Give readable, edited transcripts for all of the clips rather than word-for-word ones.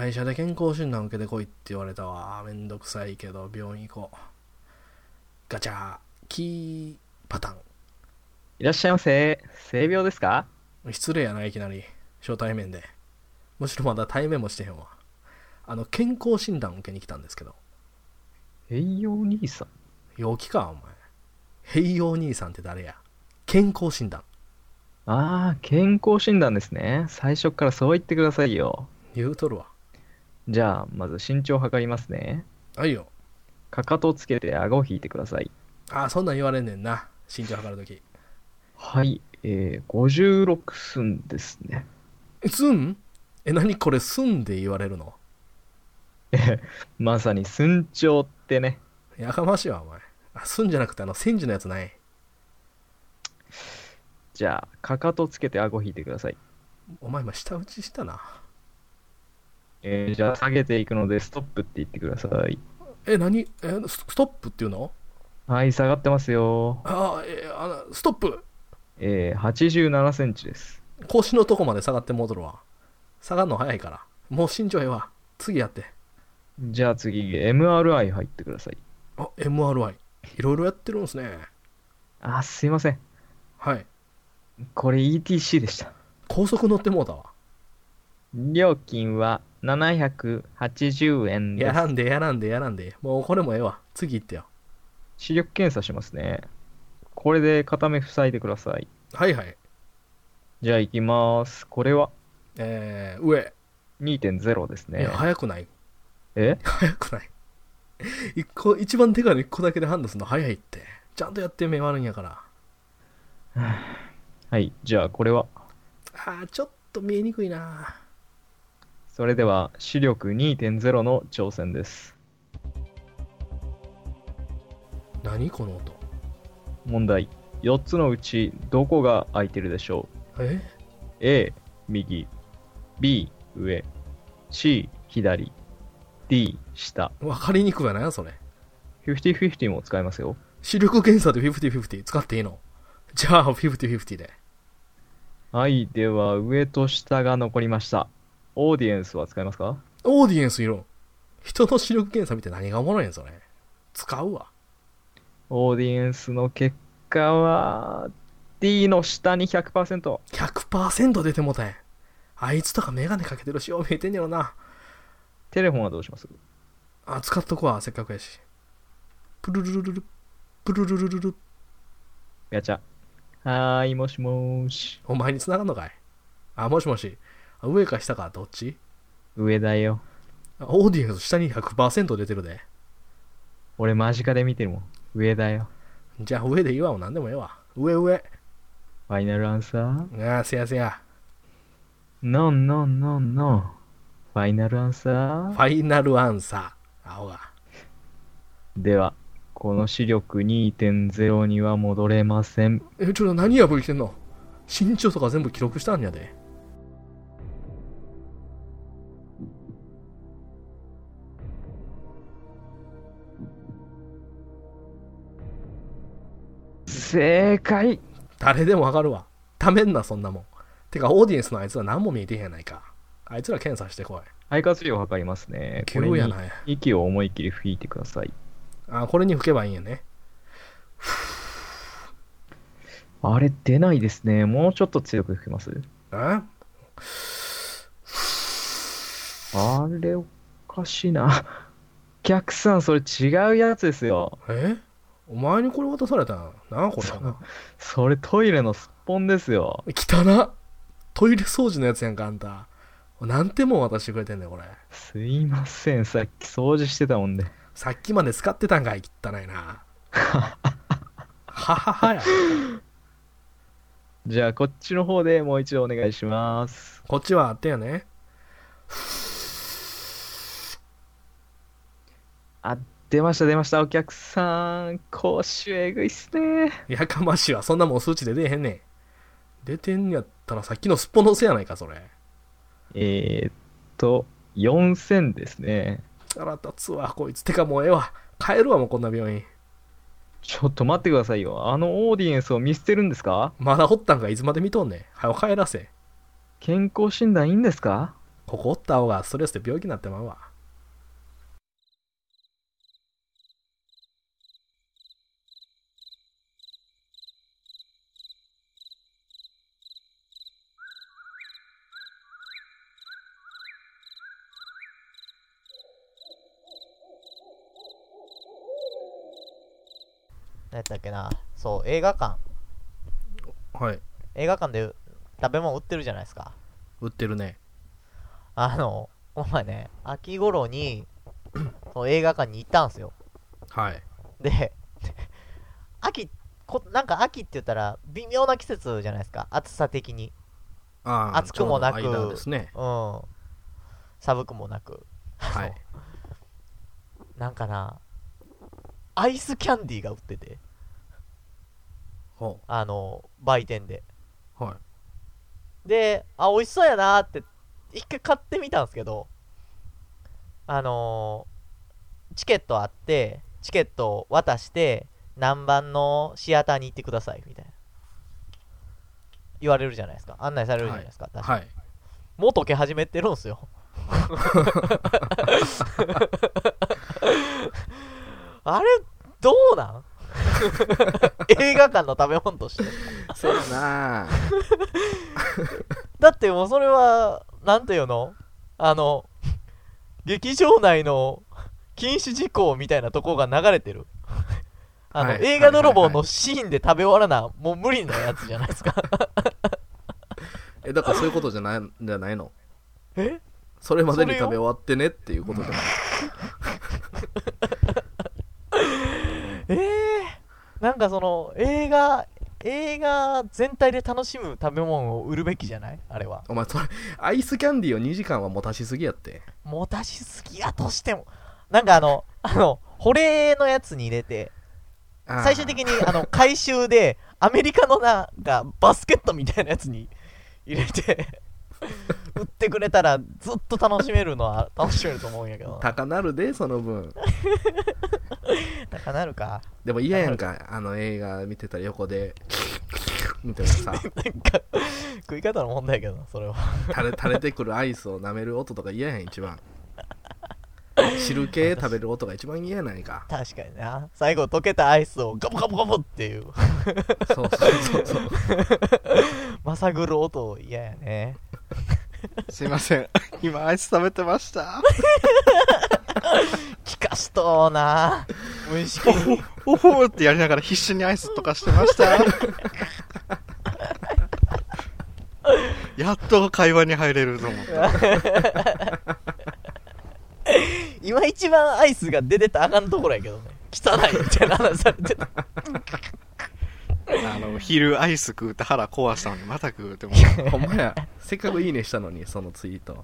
会社で健康診断受けてこいって言われたわ。めんどくさいけど病院行こう。ガチャーキーパターいらっしゃいませ。性病ですか？ ン。失礼やな、いきなり初対面で。むしろまだ対面もしてへんわ。健康診断受けに来たんですけど。 栄養兄さん。 陽気かお前。平洋兄さんって誰や。健康診断。 ああ、健康診断ですね。最初からそう言ってくださいよ。 言うとるわ。 じゃあ、まず身長を測りますね。 あいよ。 かかとをつけて顎を引いてください。 そんなん言われんねんな、身長測るとき。 はい、56寸ですね。 すん何これ、すんで言われるの？ まさに寸長ってね。 やかましいわお前。すんじゃなくて千字のやつない？ じゃあ、かかとをつけて顎を引いてください。 お前今舌打ちしたな。 じゃあ、下げていくので、ストップって言ってください。 何ストップっていうの？ はい、下がってますよ。 ストップ。 87センチです。 腰のとこまで下がって戻るわ。下がるの早いから。もう身長ええわ。次やって。 じゃあ次、MRI 入ってください。 MRI。いろいろやってるんすね。 あ、すいません。 はい。 これ ETC でした。 高速乗ってもうたわ。 料金は780円です。 やらんでやらんでやらんで。もうこれもええわ。次行ってよ。 視力検査しますね。これで片目塞いでください。 はいはい。 じゃあ行きます。これは上。 2.0ですいや、 ね。 早くない？ え早くない？一番でかいの一個だけで判断するの早いって。ちゃんとやって目悪いんやから。 はい。じゃあこれはちょっと見えにくいな。 それでは視力2.0の挑戦です。 何この音？ 問題。4つのうちどこが空いてるでしょえう？ A、右。B、上。C、左。D、下。 わかりにくいやな、それ。 50-50も使えますよ。 視力検査で50-50使っていいの？じゃあ50-50で。 はい。では、上と下が残りました。オーディエンスは使いますか？ オーディエンスいるん？人の視力検査見て何がおもろいんそれ。使うわ。 オーディエンスの結果は、D の下に100%。 100% 出てもたん。あいつとかメガネかけてるしよう見えてんねやろな。 テレフォンはどうします？ 使っとくわ、せっかくやし。プルルルルル、プルルルルル。 ガチャ。はーい、もしもーし。 お前に繋がんのかい？もしもし。上か下かどっち？ 上だよ。 オーディエンス下に100% 出てるで。 俺間近で見てるもん。上だよ。 じゃあ上でいいわもなんでもええわ。上上。 ファイナルアンサー？ せやせや。 ノンノンノンノン。ファイナルアンサー？ ファイナルアンサー。青が。 では、この視力2.0には戻れません。 ちょっと何破りしてんの？身長とか全部記録したんやで。 正解。 誰でもわかるわ。ためんな、そんなもん。てか、オーディエンスのあいつは何も見えてへんやないか。あいつら検査してこい。 肺活量を測りますね。これに急やな。 息を思いっきり吹いてください。 これに吹けばいいんやね。 あれ、出ないですね。もうちょっと強く吹きます？ ああれ、おかしいな。お客さん、それ違うやつですよ。 えお前にこれ渡されたんなこれそ、 な。 それトイレのすっぽんですよ。 汚な。トイレ掃除のやつやんか、あんた。なんてもん渡してくれてんねん、これ。 すいません。さっき掃除してたもんで。 さっきまで使ってたんかい、汚いな。はははや。 じゃあ、こっちの方でもう一度お願いします。 こっちはあってやね。 あ、出ました、出ました。お客さん、口臭えぐいっすね。 やかましいわ、そんなもん数値で出えへんねん。出てんやったらさっきのすっぽのせやないか、それ。 えーっ4000ですね。 腹立つわ、こいつ。てかもうええわ。帰るわ、もうこんな病院。 ちょっと待ってくださいよ。あのオーディエンスを見捨てるんですか？ まだほったんかいつまで見とんねん。はよ帰らせ。 健康診断いいんですか？ ここおった方がストレスで病気になってまうわ。 何やったっけな。そう、映画館はい。 で食べ物売ってるじゃないですか。 売ってるね。 お前ね、秋頃にそう映画館に行ったんすよ。 はい。 で、なんか秋って言ったら微妙な季節じゃないですか、暑さ的に。 ああ、 暑くもなくちょうど間ですね。 うん、寒くもなく。 はい。 なんかな、アイスキャンディーが売ってて、 ほ売店で。 う。はい。 で、美味しそうやなーって一回買ってみたんですけど、チケットあって、チケットを渡して、何番のシアターに行ってくださいみたいな言われるじゃないですか。案内されるじゃないですか。確かに。 はい。 もう溶け始めてるんすよ。あれ、どうなん映画館の食べ物として。 そうやな。 だってもうそれは、なんていうの、劇場内の禁止事項みたいなとこが流れてる。 はい映画泥棒のシーンで食べ終わらな、もう無理なやつじゃないですか。 だからそういうことじゃないの。 えそれまでに食べ終わってねっていうことじゃない。 なんかその映画全体で楽しむ食べ物を売るべきじゃないあれは。 お前それアイスキャンディーを2時間は持たしすぎやって。 持たしすぎやとしても、なんか保冷のやつに入れて、最終的に回収でアメリカのなんかバスケットみたいなやつに入れて売ってくれたらずっと楽しめるのは楽しめると思うんやけど。 高なるでその分。 高なるか。 でも嫌やんか、映画見てたら横でみたいなさ、 なんか食い方の問題やけど、それは垂れてくるアイスを舐める音とか嫌やん。一番汁系食べる音が一番嫌やないか。 確かにな。最後溶けたアイスをガブガブガブっていうそうそうそうまさぐる音嫌やね。 すいません、今アイス食べてました。 聞かしとうな、無意識におほーってやりながら必死にアイス溶かしてました。やっと会話に入れると思った。 今一番アイスが出てたらあかんところやけどね。汚いみたいな話されてた。 昼アイス食うて腹壊したのにまた食うてもほんまや、せっかくいいねしたのにそのツイート。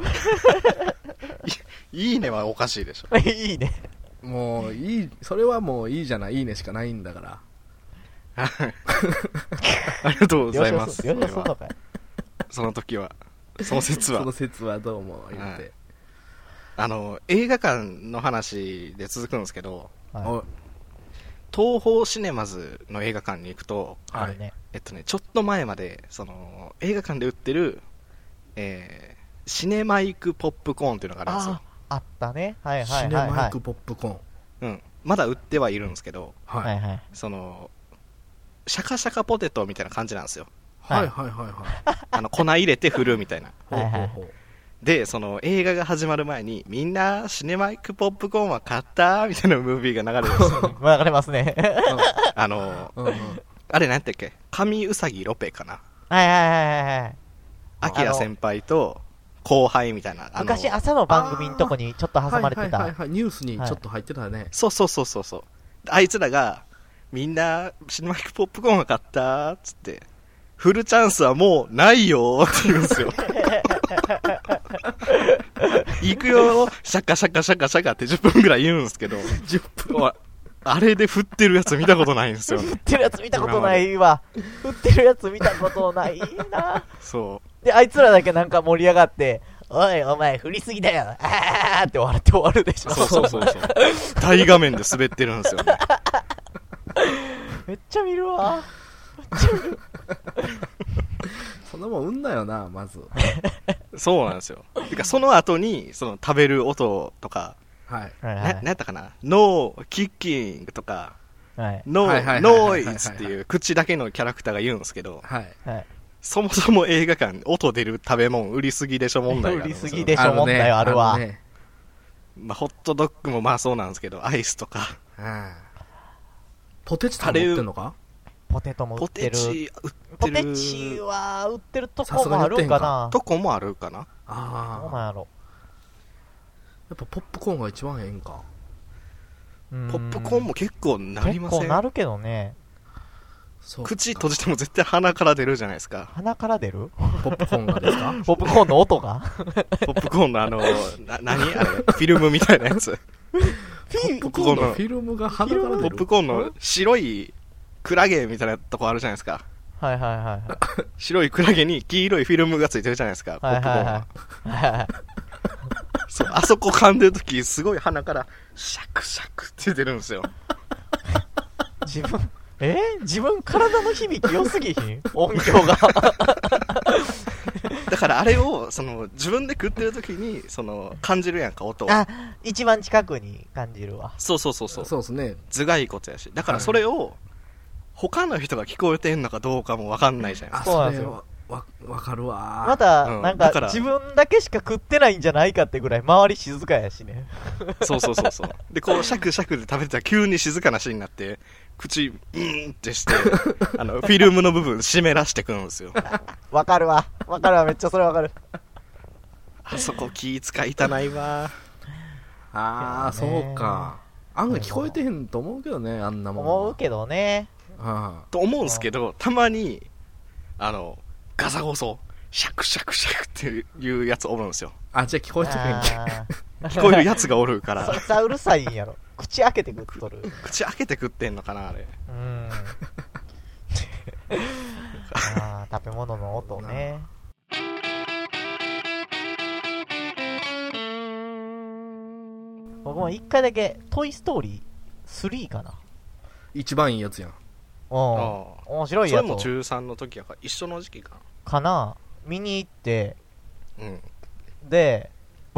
いいねはおかしいでしょ。 いいね。 もういい、それはもういいじゃない、いいねしかないんだから。 ありがとうございます。 了承すんのかい。 その時は、その説はその説はどうも言って、 映画館の話で続くんですけど、 は東宝シネマズの映画館に行くと、 い、あるね。 ちょっと前まで映画館で売ってる、シネマイクポップコーンっていうのがあるんですよ。 あったね。はいはいシはいはい。 ネマイクポップコーン、 うん、まだ売ってはいるんですけど、 はい、 はいはい。 シャカシャカポテトみたいな感じなんですよ。 はいはいはいはい。 粉入れて振るみたいな。 ほうほうほう。 で、映画が始まる前に、みんなシネマイクポップコーンは買ったみたいなムービーが流れるんですよ。 流れますね。 うんうん、 あれ何やったっけ、神うさぎロペかな。 はいはいはいはい。 アキラ先輩と後輩みたいな。 昔朝の番組のとこにちょっと挟まれてた。 はいはいはいはい、ニュースにちょっと入ってたね。 そうそうそうそうそう。あいつらが、みんなシネマイクポップコーンは買ったっつって、フルチャンスはもうないよって言うんですよ。行くよ、シャカシャカシャカシャカって10分ぐらい言うんですけど、10分はあれで振ってるやつ見たことないんですよ。 振ってるやつ見たことないわ。振ってるやつ見たことないな。 そで、あいつらだけなんか盛り上がって、おいお前振りすぎだよ、あーって笑って終わるでしょ。 そうそうそうそう。大画面で滑ってるんですよね。 めっちゃ見るわ。 そんなもん売んなよな、まず。 そうなんですよ。てか、その後に、その食べる音とか、 はい。 なんやったかな、ノー、キッキングとか、 はいノー、 はいはいはいはいノイズっていう口だけのキャラクターが言うんですけど、 はい。 はいそもそも映画館、音出る食べ物売りすぎでしょ問題があ売りるんですよ。 すぎでしょ問題あるわ。 ね。 まあ、ホットドッグもまあそうなんですけど、アイスとか、 ポテチとか持ってんのか？ ポテトも売ポってる。 テチ売ってポるテチは売ってるとこもあるかな。 とこもあるかな。 どうああ。 なんやろ。 やっぱポップコーンが一番ええんか。 ポップコーンも結構なりません？ 結構なるけどね。 そうか。 口閉じても絶対鼻から出るじゃないですか。 鼻から出るポップコーンがですか？ ポップコーンの音がポップコーンの何あれ、フィルムみたいなやつ。 ポップコーンのフィルムが鼻から出る。 ポップコーンの白いクラゲみたいなとこあるじゃないですか。 はいはいはい白いクラゲに黄色いフィルムがついてるじゃないですか、ポップコーンは。 はいはい。 そう、あそこ噛んでるとき、すごい鼻から、シャクシャクって出るんですよ。 自分体の響き良すぎひん音響が。 だからあれを、自分で食ってるときに、感じるやんか、音を。 あ、一番近くに感じるわ。 そう。 そうですね。 頭がいいことやし。だからそれを、他の人が聞こえてんのかどうかもわかんないじゃないですか。 そうなんですよ。 わかるわ。 また、なんかだから自分だけしか食ってないんじゃないかってぐらい周り静かやしね。 そう。で、こう、シャクシャクで食べてたら急に静かなシーンになって、口、ってして、フィルムの部分湿らしてくるんですよ。 わかるわ、めっちゃそれわかる。 あそこ気使いたないわ。 ああ、そうか。案外聞こえてへんと思うけどね、あんなもん。 思うけどね。 と思うんすけど、たまに、ガサゴソ、シャクシャクシャクっていうやつおるんですよ。 あ、じゃあ聞こえてへんけ。 聞こえるやつがおるかそいら。 つはうるさいんやろ。口開けて食っとる。 口開けて食ってんのかな、あれ。 食べ物の音ね。僕も一回だけ、トイストーリー3かな。 一番いいやつやん。 面白いやつそれも中3の時やから、一緒の時期かかな。見に行って、 で、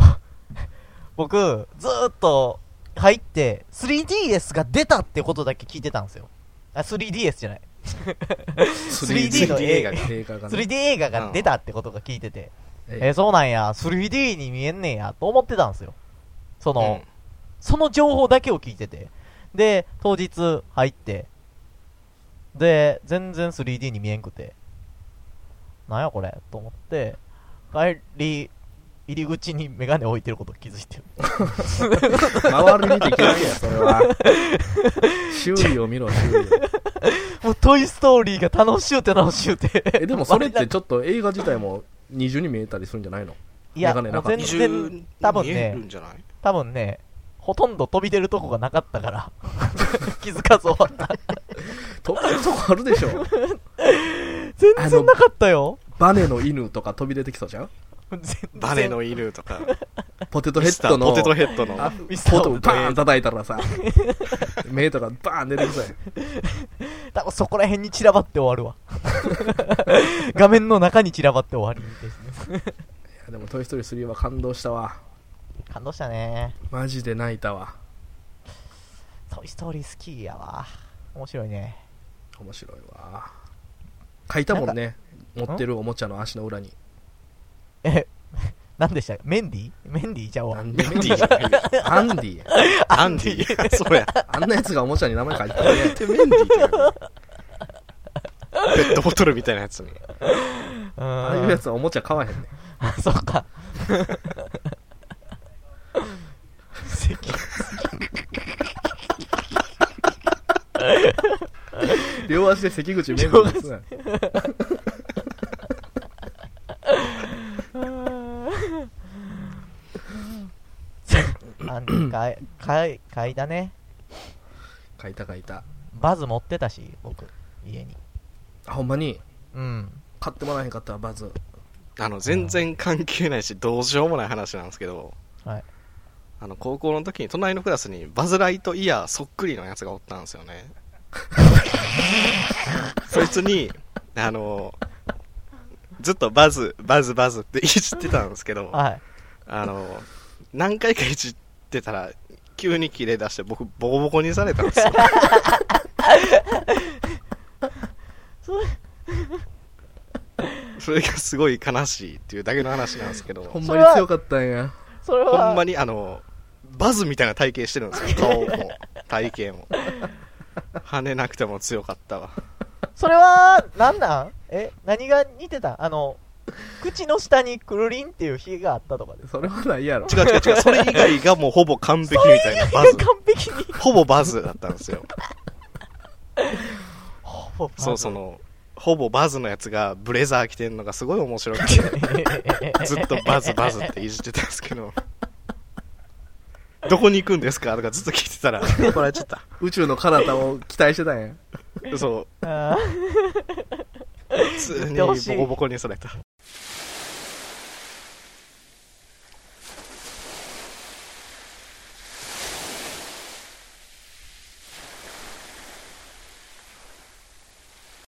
僕、ずーっと入って、3DS が出たってことだけ聞いてたんですよ。3DS じゃない。3D の映画が 3D 映画が出たってことが聞いてて、そうなんや、3D に見えんねんや、と思ってたんですよ。その情報だけを聞いてて。で、当日入って、で、全然 3D に見えんくて、なんやこれと思って、入り口にメガネ置いてること気づいてる。 周り見ていけないや、それは。周囲を見ろ、周囲を。 もうトイストーリーが楽しゅうて。 でもそれってちょっと映画自体も二重に見えたりするんじゃないの？ いや、 メガネなかった全然、多分ね、ほとんど飛び出るとこがなかったから、気づかず終わった。 飛び出るとこあるでしょ。 全然なかったよ。 バネの犬とか飛び出てきそうじゃん？ バネの犬とか、 ポテトヘッドの、 ポテトヘッドの、 ポトバーン叩いたらさ、目とかバーン出てきそうやん。 多分そこら辺に散らばって終わるわ。画面の中に散らばって終わりですね。 いやでもトイストーリー3は感動したわ。 感動したね。 マジで泣いたわ。 トイストーリー好きやわ。面白いね。 面白いわ。書いたもんね、持ってるおもちゃの足の裏に。 何でしたメンディじゃあなんでメンディじゃないよ。アンディや。 アンディそうや。 あんなやつがおもちゃに名前書いてたね。 メンディってペットボトルみたいなやつに。 ああいうやつはおもちゃ買わへんねん。 あ、そっか。 両足で関口メンディですな。 書いたね。 書いた。 バズ持ってたし、僕、家に。 あ、ほんまに？ うん。 買ってもらえへんかったわ、バズ。 全然関係ないし、どうしようもない話なんですけど、 はい。 高校の時に隣のクラスにバズライトイヤーそっくりのやつがおったんですよね。 ずっとバズっていじってたんですけど、 はい。 何回かいじってたら、急に切れ出して僕、ボコボコにされたんですよ。それがすごい悲しいっていうだけの話なんですけど、 ほんまに強かったんや。 それは、 ほんまにバズみたいな体型してるんですよ。顔も、体型も。跳ねなくても強かったわ。 それは、なんなん何が似てた口の下にくるりんっていう日があったとかです。 それはないやろ。 違う。それ以外がもうほぼ完璧みたいなバズ。 完璧に。 ほぼバズだったんですよ。 ほぼバズ。 そう、ほぼバズのやつがブレザー着てんのがすごい面白くて、ずっとバズっていじってたんですけど、どこに行くんですかとかずっと聞いてたら怒られちゃった。 宇宙の彼方を期待してたんや。 そう。 あ普通にボコボコにされた。